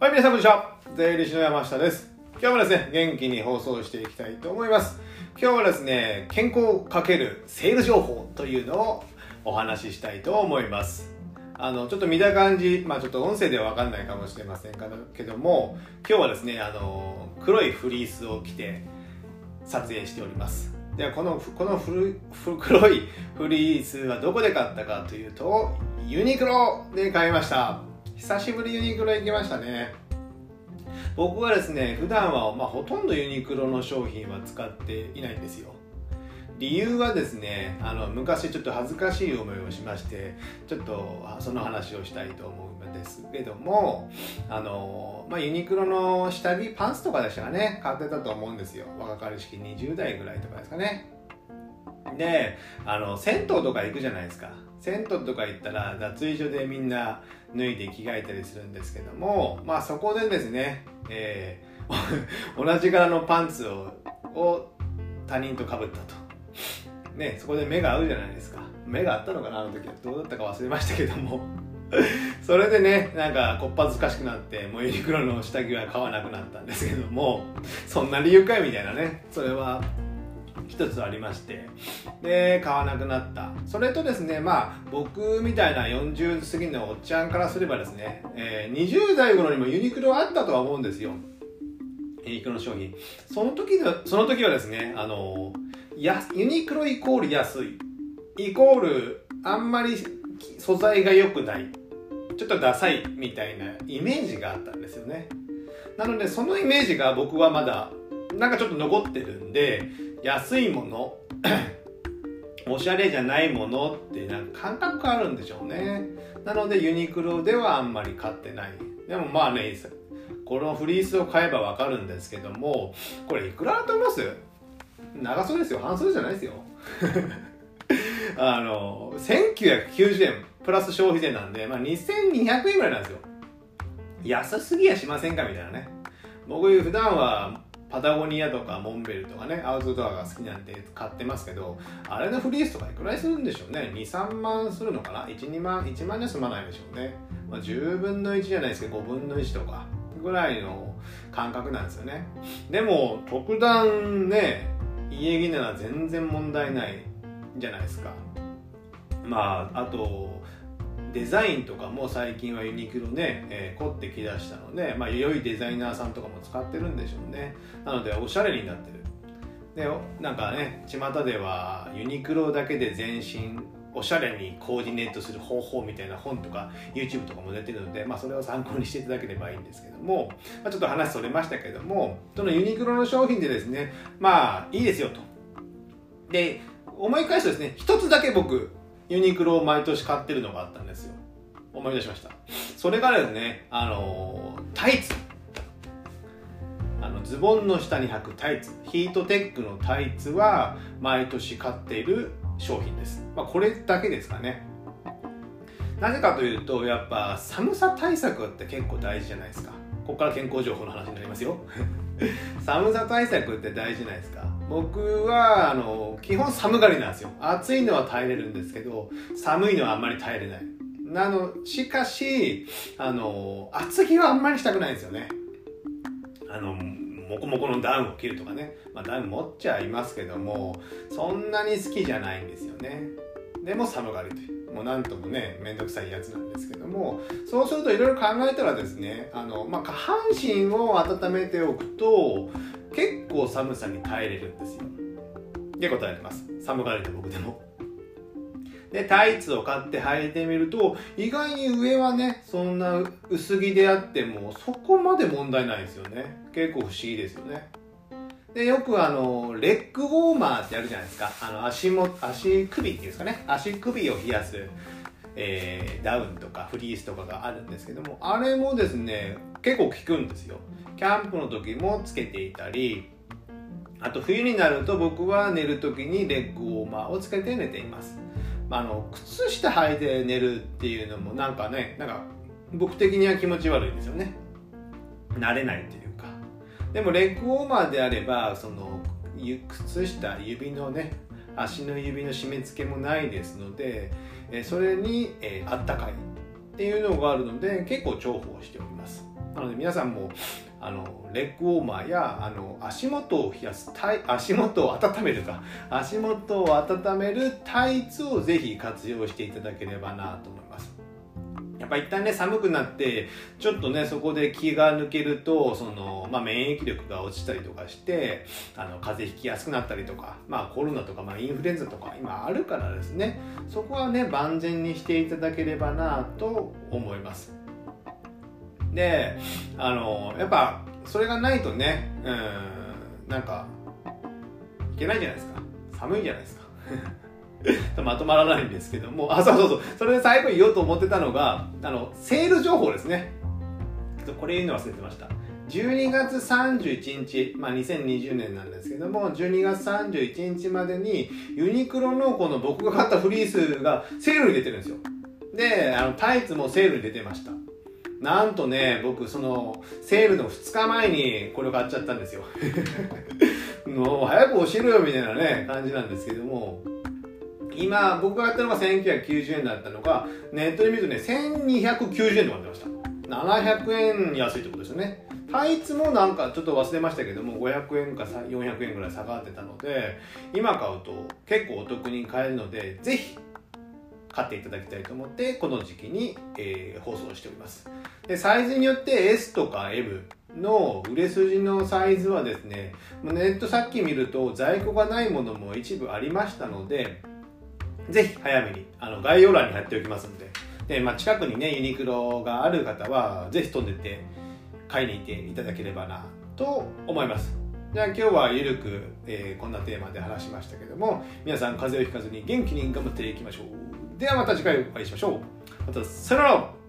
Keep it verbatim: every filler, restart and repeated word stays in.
はい、皆さんこんにちは。税理士の山下です。今日もですね、元気に放送していきたいと思います。今日はですね、健康×セール情報というのをお話ししたいと思います。あの、ちょっと見た感じ、まあちょっと音声ではわかんないかもしれませんけども、今日はですね、あの、黒いフリースを着て撮影しております。では、この、このフル黒いフリースはどこで買ったかというと、ユニクロで買いました。久しぶりユニクロ行きましたね。僕はですね、普段は、まあ、ほとんどユニクロの商品は使っていないんですよ。理由はですね、あの昔ちょっと恥ずかしい思いをしまして、ちょっとその話をしたいと思うんですけども、あの、まあ、ユニクロの下着、パンツとかでしたかね、買ってたと思うんですよ。若かりしきにじゅう代ぐらいとかですかね。で、あの銭湯とか行くじゃないですか。銭湯とか行ったら脱衣所でみんな脱いで着替えたりするんですけども、まあそこでですね、えー、同じ柄のパンツをを他人と被ったと。ね、そこで目が合うじゃないですか。目が合ったのかな、あの時は。どうだったか忘れましたけども。それでね、なんかこっぱずかしくなって、もうユニクロの下着は買わなくなったんですけども、そんな理由かいみたいなね、それは一つありまして、で買わなくなった。それとですね、まあ僕みたいなよんじゅう過ぎのおっちゃんからすればですね、えー、にじゅう代頃にもユニクロあったとは思うんですよ。ユニクロの商品。その時のその時はですね、あのやユニクロイコール安いイコールあんまり素材が良くない、ちょっとダサいみたいなイメージがあったんですよね。なのでそのイメージが僕はまだなんかちょっと残ってるんで、安いものおしゃれじゃないものってなんか感覚があるんでしょうね。なのでユニクロではあんまり買ってない。でもまあね、このフリースを買えばわかるんですけども、これいくらだと思います？長袖ですよ、半袖じゃないですよ。あのせんきゅうひゃくきゅうじゅうえんプラス消費税なんで、まあ、にせんにひゃくえんぐらいなんですよ。安すぎやしませんかみたいなね。僕普段はパタゴニアとかモンベルとかね、アウトドアが好きなんで買ってますけど、あれのフリースとかいくらいするんでしょうね。に、さんまんするのかな。いち、にまん、いちまんじゃ済まないでしょうね。まあ、じゅうぶんのいちじゃないですけどごぶんのいちとかぐらいの感覚なんですよね。でも特段ね、家着なら全然問題ないじゃないですか。まああとデザインとかも最近はユニクロね、えー、凝ってきだしたので、まあ、良いデザイナーさんとかも使ってるんでしょうね。なのでおしゃれになってる。でなんかね、巷ではユニクロだけで全身おしゃれにコーディネートする方法みたいな本とか YouTube とかも出てるので、まあ、それを参考にしていただければいいんですけども、まあ、ちょっと話それましたけども、そのユニクロの商品でですね、まあいいですよと。で思い返すとですね、一つだけ僕ユニクロを毎年買ってるのがあったんですよ。思い出しました。それがですね、あのタイツ、あのズボンの下に履くタイツ、ヒートテックのタイツは毎年買っている商品です。まあ、これだけですかね。なぜかというと、やっぱ寒さ対策って結構大事じゃないですか。ここから健康情報の話になりますよ。寒さ対策って大事じゃないですか。僕はあの基本寒がりなんですよ。暑いのは耐えれるんですけど、寒いのはあんまり耐えれない。なのしかしあの厚着はあんまりしたくないんですよね。あのモコモコのダウンを着るとかね、まあ、ダウン持っちゃいますけども、そんなに好きじゃないんですよね。でも寒がりという、もうなんともねめんどくさいやつなんですけども、そうするといろいろ考えたらですね、あの、まあ、下半身を温めておくと結構寒さに耐えれるんですよ。結構耐えてます、寒がりで僕でも。でタイツを買って履いてみると、意外に上はねそんな薄着であってもそこまで問題ないですよね。結構不思議ですよね。でよくあのレッグウォーマーってやるじゃないですか。あの足も足首っていうんですかね、足首を冷やす、えー、ダウンとかフリースとかがあるんですけども、あれもですね結構効くんですよ。キャンプの時もつけていたり、あと冬になると僕は寝る時にレッグウォーマーをつけて寝ています。まあ、あの靴下履いて寝るっていうのもなんかね、なんか僕的には気持ち悪いんですよね。慣れないというか。でもレッグウォーマーであれば、その靴下、指のね足の指の締め付けもないですので、それに、えー、あったかいっていうのがあるので結構重宝しております。 なので皆さんもあのレッグウォーマーやあの足元を冷やすタイ足元を温めるか足元を温めるタイツをぜひ活用していただければなと思います。やっぱ一旦ね寒くなってちょっとねそこで気が抜けるとその、まあ、免疫力が落ちたりとかしてあの風邪ひきやすくなったりとか、まあ、コロナとか、まあ、インフルエンザとか今あるからですね、そこはね万全にしていただければなと思います。であのやっぱそれがないとねうんなんかいけないじゃないですか。寒いじゃないですかまとまらないんですけども、あ、そうそうそう、それで最後に言おうと思ってたのがあのセール情報ですね。これ言うの忘れてました。じゅうにがつさんじゅういちにち、まあ、にせんにじゅうねんなんですけども、じゅうにがつさんじゅういちにちまでにユニクロのこの僕が買ったフリースがセールに出てるんですよ。であのタイツもセールに出てました。なんとね僕そのセールのふつかまえにこれを買っちゃったんですよもう早く教えろよみたいなね感じなんですけども、今僕がやったのがせんきゅうひゃくきゅうじゅうえんだったのがネットで見るとねせんにひゃくきゅうじゅうえんとか出ました。ななひゃくえん安いってことですよね。タイツもなんかちょっと忘れましたけどもごひゃくえんかよんひゃくえんぐらい下がってたので、今買うと結構お得に買えるのでぜひ買っていただきたいと思ってこの時期に、えー、放送しております。でサイズによって エス とか エム の売れ筋のサイズはですね、ネットさっき見ると在庫がないものも一部ありましたので、ぜひ早めにあの概要欄に貼っておきますので、で、まあ、近くにねユニクロがある方はぜひ飛んでって買いに行っていただければなと思います。じゃあ今日はゆるく、えー、こんなテーマで話しましたけども、皆さん風邪をひかずに元気に頑張っていきましょう。ではまた次回お会いしましょう。またさよなら。